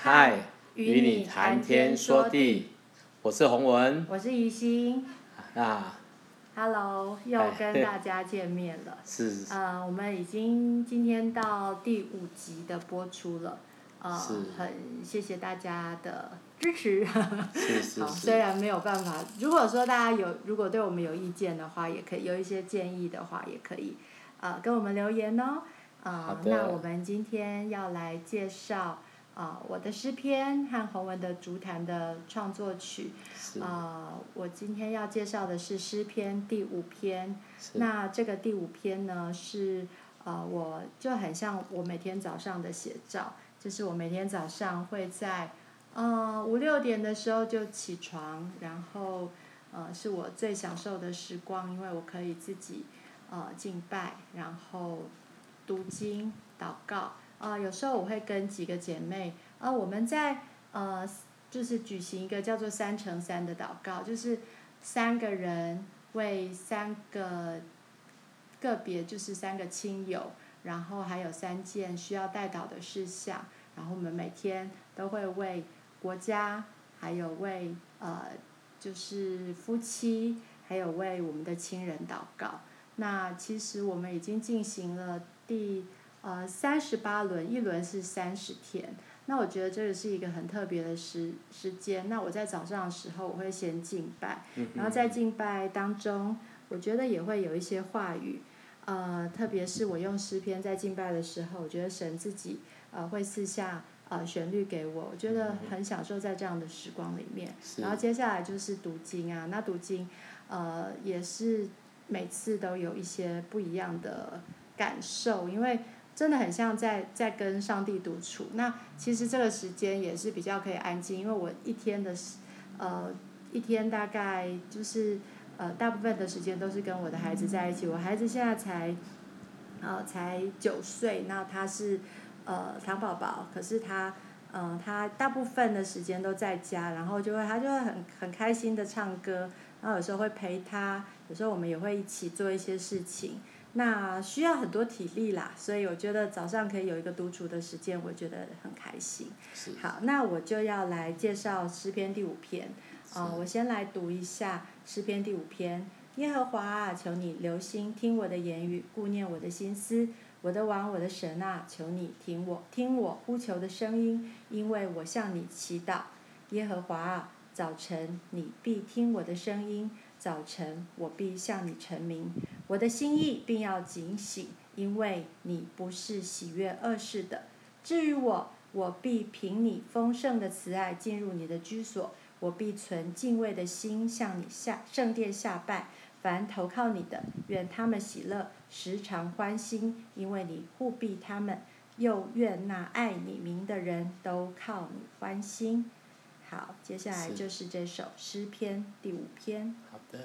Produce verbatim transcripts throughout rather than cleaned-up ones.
嗨，与你谈天说地，我是洪文， 我是于心。 啊 Hello， 又跟大家见面了。 是。 呃，我们已经今天到第五集的播出了，呃，很谢谢大家的支持。 是是好，虽然没有办法，如果说大家有，如果对我们有意见的话，也可以有一些建议的话，也可以呃跟我们留言哦。呃，那我们今天要来介绍。啊、呃，我的诗篇和洪文的竹坛的创作曲，呃，我今天要介绍的是诗篇第五篇。那这个第五篇呢，是呃，我就很像我每天早上的写照，就是我每天早上会在呃五六点的时候就起床，然后呃是我最享受的时光，因为我可以自己呃敬拜，然后读经、祷告。呃，有时候我会跟几个姐妹，呃，我们在呃，就是举行一个叫做三乘三的祷告，就是三个人为三个个别，就是三个亲友，然后还有三件需要代祷的事项，然后我们每天都会为国家，还有为呃，就是夫妻，还有为我们的亲人祷告。那其实我们已经进行了第呃三十八轮，一轮是三十天。那我觉得这个是一个很特别的时时间。那我在早上的时候，我会先敬拜，然后在敬拜当中，我觉得也会有一些话语，呃，特别是我用诗篇在敬拜的时候，我觉得神自己呃会赐下呃旋律给我，我觉得很享受在这样的时光里面。然后接下来就是读经啊，那读经呃也是每次都有一些不一样的感受，因为真的很像在在跟上帝独处。那其实这个时间也是比较可以安静，因为我一天的呃一天大概就是呃大部分的时间都是跟我的孩子在一起。我孩子现在才呃才九岁，那他是呃糖宝宝，可是他嗯、呃、他大部分的时间都在家，然后就会他就会很很开心的唱歌，然后有时候会陪他，有时候我们也会一起做一些事情。那需要很多体力啦，所以我觉得早上可以有一个独处的时间，我觉得很开心。好，那我就要来介绍诗篇第五篇。呃，我先来读一下诗篇第五篇。耶和华啊，求你留心听我的言语，顾念我的心思。我的王，我的神啊，求你听我听我呼求的声音，因为我向你祈祷。耶和华啊，早晨你必听我的声音，早晨我必向你陈明我的心意，并要警醒，因为你不是喜悦恶事的。至于我，我必凭你丰盛的慈爱进入你的居所，我必存敬畏的心向你下圣殿下拜。凡投靠你的，愿他们喜乐，时常欢心，因为你护庇他们。又愿那爱你名的人都靠你欢心。好，接下来就是这首诗篇第五篇。 好的。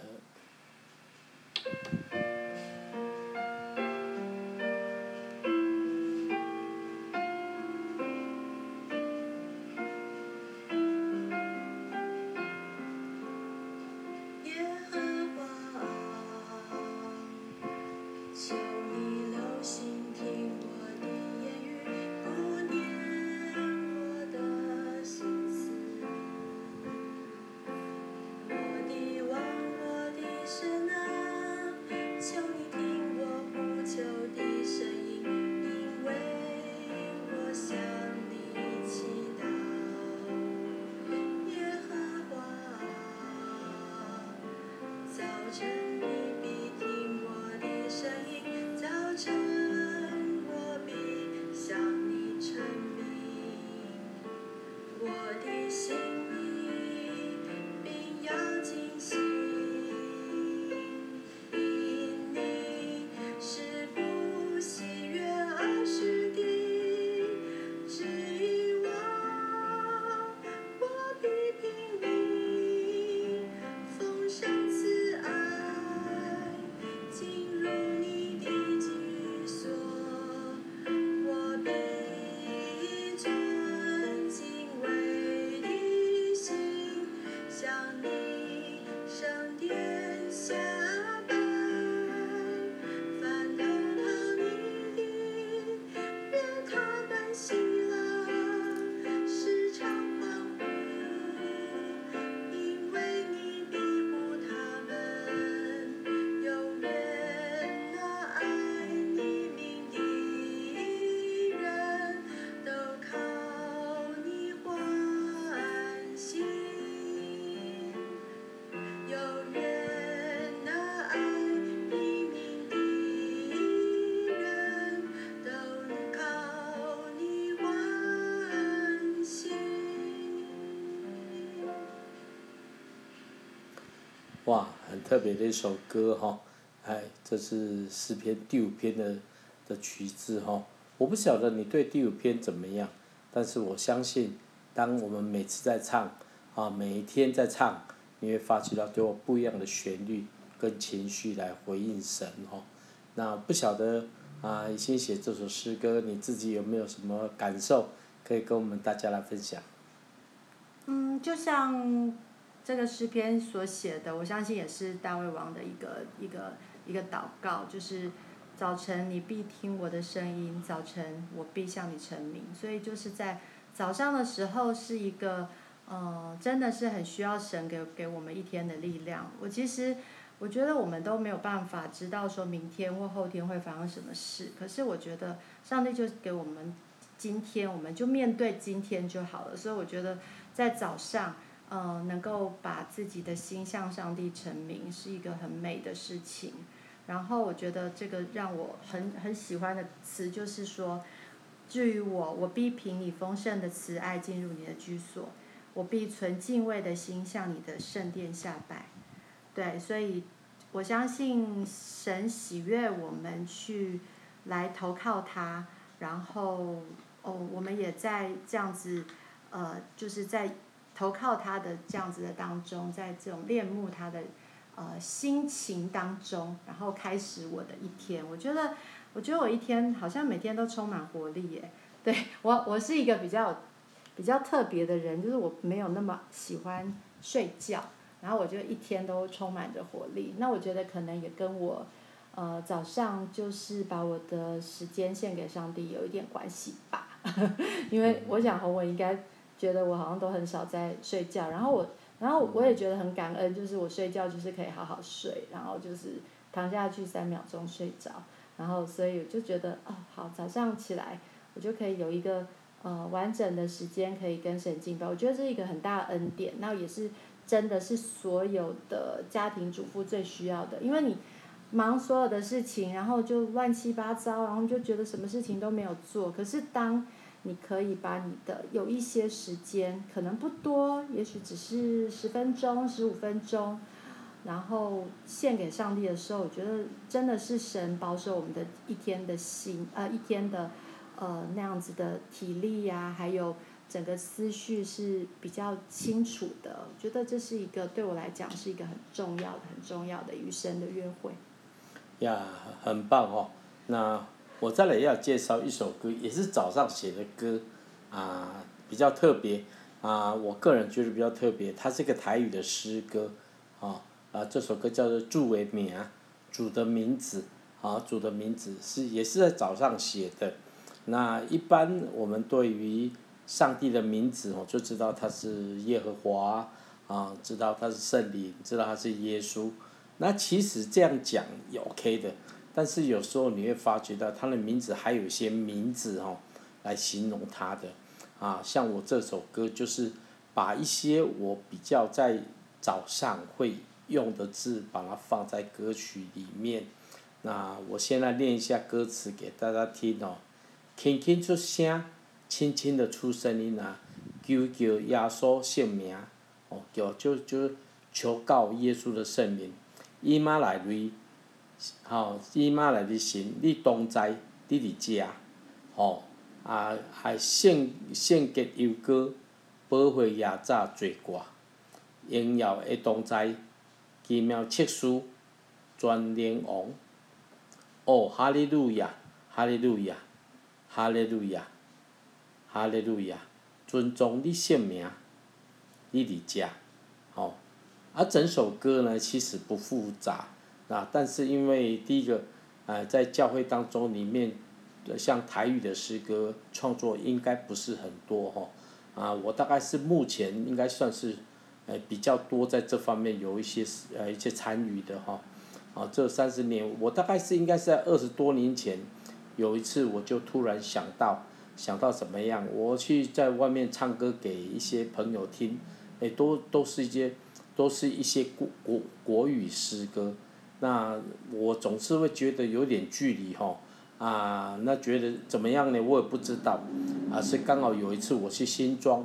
哇，很特别的一首歌哈，哎，这是诗篇第五篇的的曲子哈。我不晓得你对第五篇怎么样，但是我相信，当我们每次在唱，啊，每一天在唱，你会发觉到都有不一样的旋律跟情绪来回应神哈。那不晓得啊，你先写这首诗歌，你自己有没有什么感受，可以跟我们大家来分享？ 嗯，就像这个诗篇所写的，我相信也是大卫王的一个一个一个祷告，就是早晨你必听我的声音，早晨我必向你陈明。所以就是在早上的时候是一个，呃，真的是很需要神给给我们一天的力量。我其实我觉得我们都没有办法知道说明天或后天会发生什么事，可是我觉得上帝就给我们今天，我们就面对今天就好了。所以我觉得在早上，呃，能够把自己的心向上帝陈明，是一个很美的事情。然后我觉得这个让我很很喜欢的词就是说，至于我，我必凭你丰盛的慈爱进入你的居所，我必存敬畏的心向你的圣殿下拜。对，所以我相信神喜悦我们去来投靠他，然后哦，我们也在这样子，呃，就是在投靠他的这样子的当中，在这种恋慕他的呃心情当中，然后开始我的一天。我觉得，我觉得我一天好像每天都充满活力耶。对，我，我是一个比较比较特别的人，就是我没有那么喜欢睡觉。然后我就一天都充满着活力，那我觉得可能也跟我，呃，早上就是把我的时间献给上帝有一点关系吧，因为我想洪文应该觉得我好像都很少在睡觉，然后我，然后我也觉得很感恩，就是我睡觉就是可以好好睡，然后就是躺下去三秒钟睡着，然后所以我就觉得哦好，早上起来我就可以有一个呃完整的时间可以跟神敬拜，我觉得这是一个很大的恩典，那也是。真的是所有的家庭主妇最需要的，因为你忙所有的事情，然后就乱七八糟，然后就觉得什么事情都没有做。可是当你可以把你的有一些时间，可能不多，也许只是十分钟、十五分钟，然后献给上帝的时候，我觉得真的是神保守我们的一天的心，呃，一天的呃那样子的体力呀、啊，还有。整个思绪是比较清楚的，我觉得这是一个对我来讲是一个很重要的、很重要的与神的约会。 呀，很棒哦！那我再来要介绍一首歌，也是早上写的歌，啊，比较特别啊，我个人觉得比较特别，它是一个台语的诗歌，啊啊，这首歌叫做《主的名》，主的名字，啊，主的名字是也是在早上写的。那一般我们对于上帝的名字哦，就知道他是耶和华啊，知道他是圣灵，知道他是耶稣。那其实这样讲也 OK 的，但是有时候你会发觉到他的名字还有一些名字哦，来形容他的啊。像我这首歌就是把一些我比较在早上会用的字，把它放在歌曲里面。那我先来念一下歌词给大家听哦，轻轻出声。轻轻的出声音啊，求求耶稣圣名，哦，叫就就求告耶稣的圣名。伊妈来瑞，吼，伊妈来的神，你同在，你伫遮，吼，啊，还献献结忧歌，保护夜早做歌，荣耀的同在，奇妙测试，全能王。哦，哈利路亚，哈利路亚，哈利路亚。哈利路亚，尊重你圣名，你伫遮，吼、哦，啊，整首歌呢其实不复杂，啊，但是因为第一个，呃，在教会当中里面，像台语的诗歌创作应该不是很多吼、哦，啊，我大概是目前应该算是，呃，比较多在这方面有一些呃一些参与的哈、哦，啊，这三十年我大概是应该是在二十多年前，有一次我就突然想到。想到怎么样？我去在外面唱歌给一些朋友听，诶，都都是一些，都是一些国国国语诗歌。那我总是会觉得有点距离吼，啊，那觉得怎么样呢？我也不知道，啊，是刚好有一次我去新庄，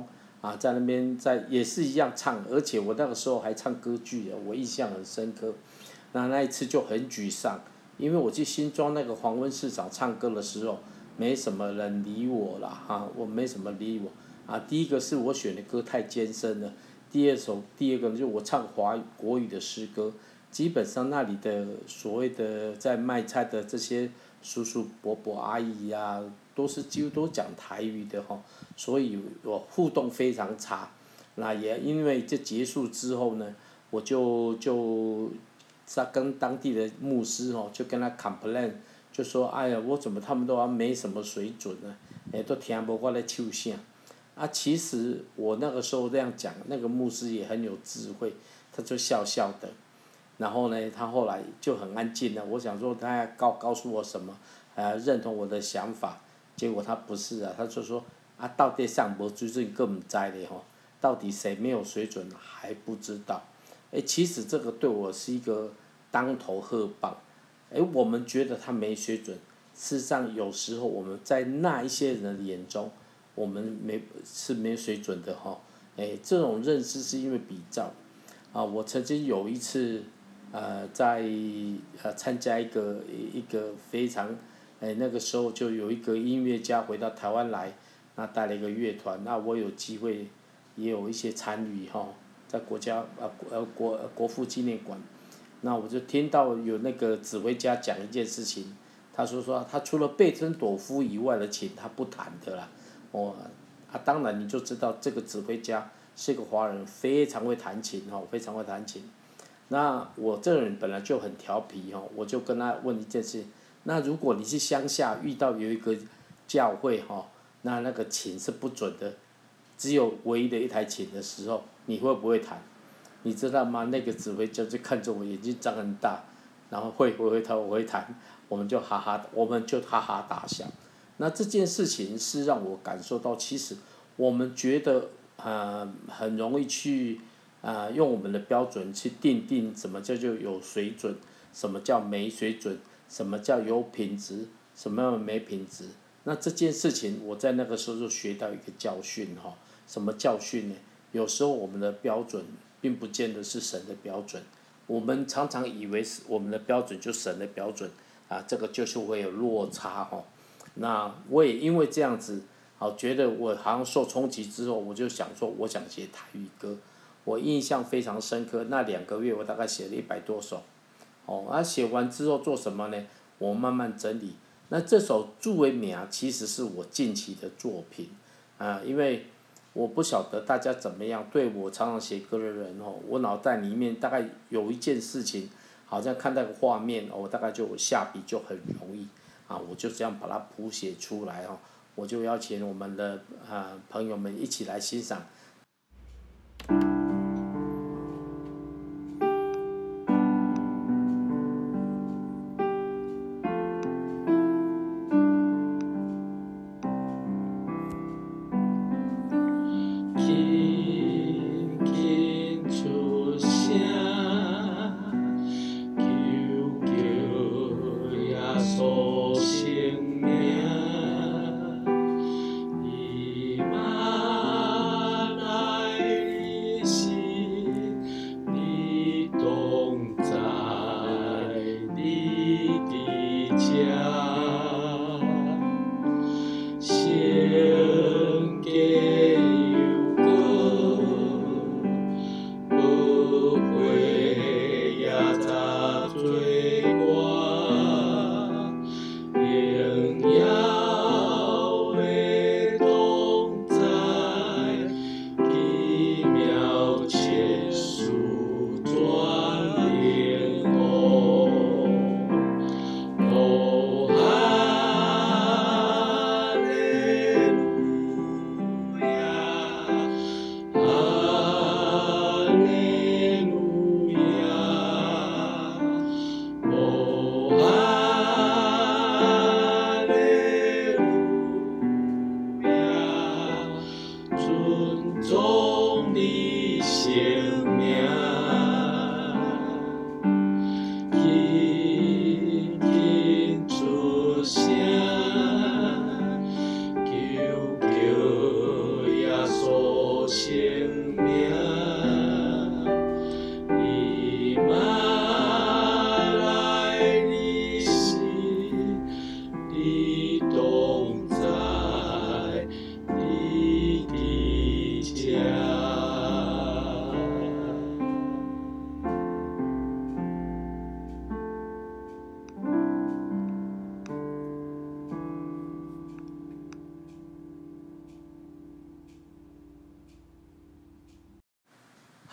啊，在那边在也是一样唱，而且我那个时候还唱歌剧的，我印象很深刻。那那一次就很沮丧，因为我去新庄那个黄昏市场唱歌的时候，没什么人理我啦，哈，我没什么理我。啊，第一个是我选的歌太艰深了，第二首第二个就是我唱华语国语的诗歌，基本上那里的所谓的在卖菜的这些叔叔伯伯阿姨呀、啊，都是几乎都讲台语的哈，所以我互动非常差。那也因为这结束之后呢，我就就。他跟当地的牧师哦，就跟他 complain， 就说：哎呀，我怎么他们都没什么水准呢？哎，都听不我在唱啥。啊，其实我那个时候这样讲，那个牧师也很有智慧，他就笑笑的。然后呢，他后来就很安静了。我想说他要告告诉我什么，呃，认同我的想法。结果他不是啊，他就说：啊，到底上无水准更唔知咧吼，到底谁没有水准还不知道。哎，其实这个对我是一个当头喝棒。哎，我们觉得他没水准，事实上有时候我们在那一些人的眼中，我们没是没水准的哈。哎，这种认识是因为比较。啊，我曾经有一次，呃，在呃参加一个一个非常，哎那个时候就有一个音乐家回到台湾来，那带了一个乐团，那我有机会也有一些参与哈。在国家呃呃国国父纪念馆，那我就听到有那个指挥家讲一件事情，他说说他除了贝珍朵夫以外的琴他不弹的啦，哦啊当然你就知道这个指挥家是个华人，非常会弹琴哈，非常会弹琴。那我这个人本来就很调皮哈，我就跟他问一件事，那如果你是乡下遇到有一个教会哈，那那个琴是不准的，只有唯一的一台琴的时候。你会不会弹？你知道吗？那个指挥家就看着我，眼睛张很大，然后会会会弹，我会弹，我们就哈哈，我们就哈哈大笑。那这件事情是让我感受到，其实我们觉得呃很容易去啊、呃、用我们的标准去定定什么叫做有水准，什么叫没水准，什么叫有品质，什么叫没品质。那这件事情我在那个时候就学到一个教训哈，什么教训呢？有时候我们的标准并不见得是神的标准，我们常常以为是我们的标准就神的标准，啊，这个就是会有落差哈。那我也因为这样子，好觉得我好像受冲击之后，我就想说，我想写台语歌，我印象非常深刻。那两个月我大概写了一百多首，哦，啊写完之后做什么呢？我慢慢整理。那这首《祝为名》其实是我近期的作品，啊，因为。我不晓得大家怎么样，对我常常写歌的人哦，我脑袋里面大概有一件事情，好像看到个画面，我大概就下笔就很容易，啊，我就这样把它谱写出来哦，我就邀请我们的啊朋友们一起来欣赏。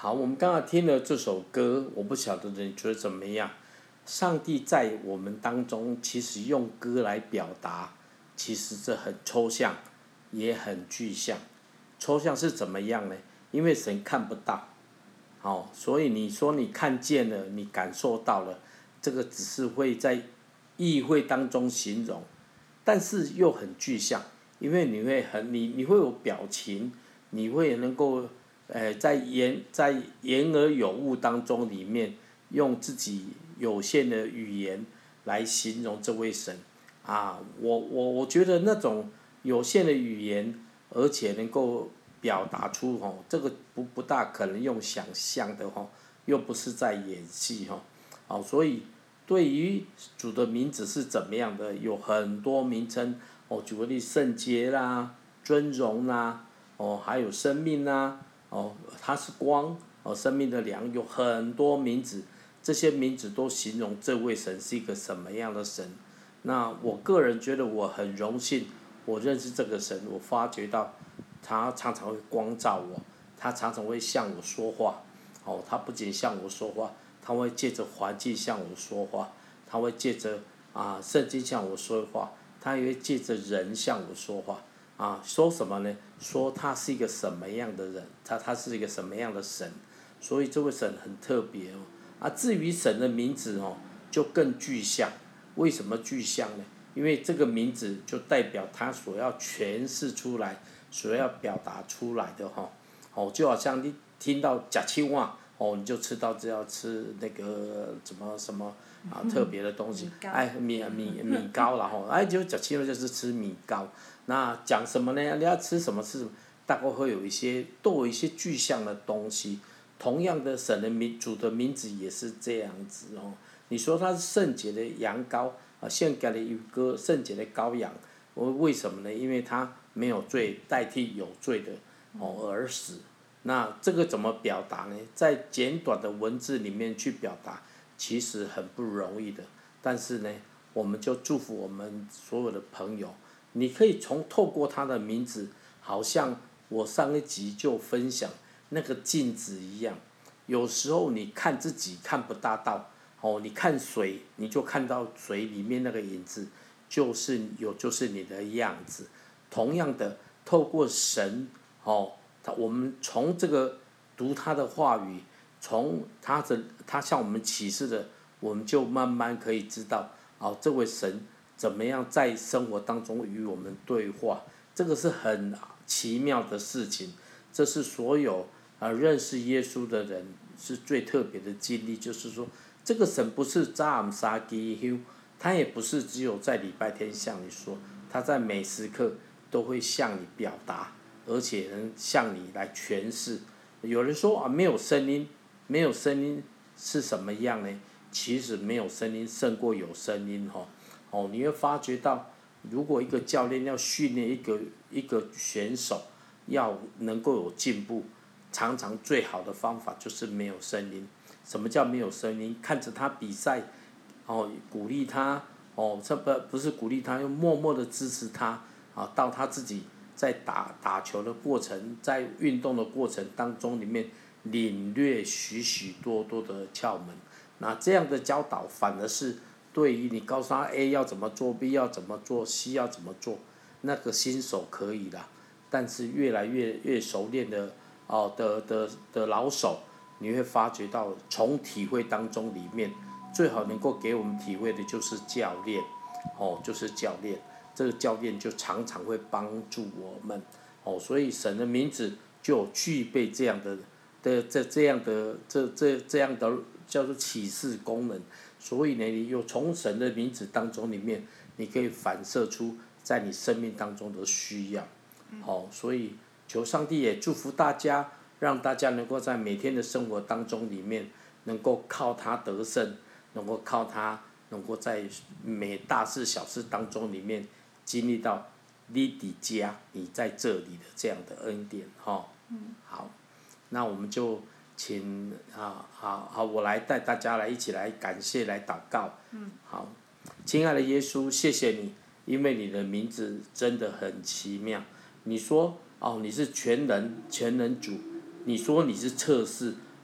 好，我们刚刚听了这首歌，我不晓得你觉得怎么样？上帝在我们当中，其实用歌来表达，其实这很抽象，也很具象。抽象是怎么样呢？因为神看不到，哦，所以你说你看见了，你感受到了，这个只是会在意会当中形容，但是又很具象，因为你会很你你会有表情，你会能够，呃，在言在言而有物当中里面，用自己有限的语言来形容这位神，啊，我我我觉得那种有限的语言，而且能够表达出吼，这个不不大可能用想象的吼，又不是在演戏吼，好，所以对于主的名字是怎么样的，有很多名称哦，举个例，圣洁啦、尊荣啦，哦，还有生命啦，哦，它是光，哦，生命的粮，有很多名字。这些名字都形容这位神是一个什么样的神。那我个人觉得我很荣幸，我认识这个神，我发觉到他常常会光照我，他常常会向我说话。哦，他不仅向我说话，他会借着环境向我说话，他会借着啊圣经向我说话，他也会借着人向我说话。啊，说什么呢？说他是一个什么样的人，他他是一个什么样的神，所以这位神很特别哦。啊，至于神的名字哦，就更具象。为什么具象呢？因为这个名字就代表他所要诠释出来、所要表达出来的哈。哦，就好像你听到假青蛙，哦，你就知道这要吃那个什么什么啊特别的东西，哎，米米米糕啦吼，哎，就假青蛙就是吃米糕。那讲什么呢？你要吃什么吃什么，大概会有一些都有一些具象的东西。同样的，神的名主的名字也是这样子哦。你说他是圣洁的羊羔啊，献给了一个圣洁的羔羊，我为什么呢？因为他没有罪，代替有罪的哦而死。那这个怎么表达呢？在简短的文字里面去表达，其实很不容易的。但是呢，我们就祝福我们所有的朋友，你可以从透过他的名字，好像我上一集就分享。那个镜子一样，有时候你看自己看不大到，哦，你看水，你就看到水里面那个影子，就是有就是你的样子。同样的，透过神，哦，他我们从这个读他的话语，从他的他向我们启示的，我们就慢慢可以知道，哦，这位神怎么样在生活当中与我们对话，这个是很奇妙的事情，这是所有。啊，认识耶稣的人是最特别的经历，就是说，这个神不是扎暗沙基休，他也不是只有在礼拜天向你说，他在每时刻都会向你表达，而且能向你来诠释。有人说啊，没有声音，没有声音是什么样呢？其实没有声音胜过有声音哈。哦，你会发觉到，如果一个教练要训练一个一个选手，要能够有进步。常常最好的方法就是没有声音。什么叫没有声音？看着他比赛，哦，鼓励他，哦，这不不是鼓励他，又默默的支持他，啊，到他自己在打打球的过程，在运动的过程当中里面领略许许多多的窍门。那这样的教导反而是对于你告诉他 A 要怎么做 ，B 要怎么做 ，C 要怎么做，那个新手可以啦，但是越来越越熟练的。哦的的的老手，你会发觉到从体会当中里面，最好能够给我们体会的就是教练，哦，就是教练，这个教练就常常会帮助我们，哦，所以神的名字就具备这样的的这这样的这这这样的叫做启示功能，所以呢，你有从神的名字当中里面，你可以反射出在你生命当中的需要，哦，所以。求上帝也祝福大家，让大家能够在每天的生活当中里面，能够靠他得胜，能够靠他，能够在每大事小事当中里面经历到你的家，你在这里的这样的恩典，哈。嗯。好，那我们就请啊，好好，我来带大家来一起来感谢，来祷告。嗯。好，亲爱的耶稣，谢谢你，因为你的名字真的很奇妙。你说。哦，你是全能全能主，你说你是测试，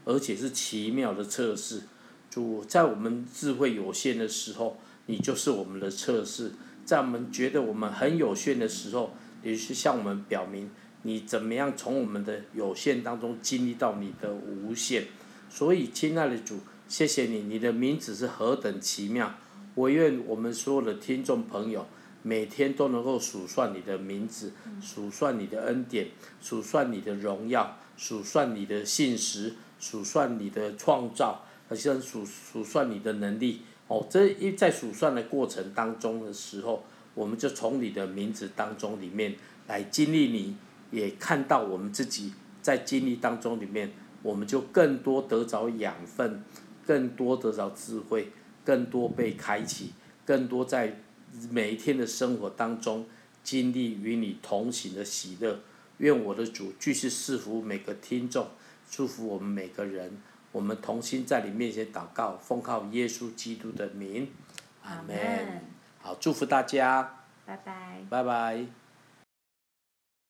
而且是奇妙的测试。主，在我们智慧有限的时候，你就是我们的测试；在我们觉得我们很有限的时候，你是向我们表明你怎么样从我们的有限当中经历到你的无限。所以，亲爱的主，谢谢你，你的名字是何等奇妙！我愿我们所有的听众朋友，每天都能够数算你的名字，数算你的恩典，数算你的荣耀，数算你的信实，数算你的创造，好像数数算你的能力。哦，这一在数算的过程当中的时候，我们就从你的名字当中里面来经历你，也看到我们自己在经历当中里面，我们就更多得着养分，更多得着智慧，更多被开启，更多在每一天的生活当中经历与你同行的喜乐。愿我的主继续赐福每个听众，祝福我们每个人。我们同心在你面前祷告，奉靠耶稣基督的名，阿门。好，祝福大家， 拜拜。 拜拜。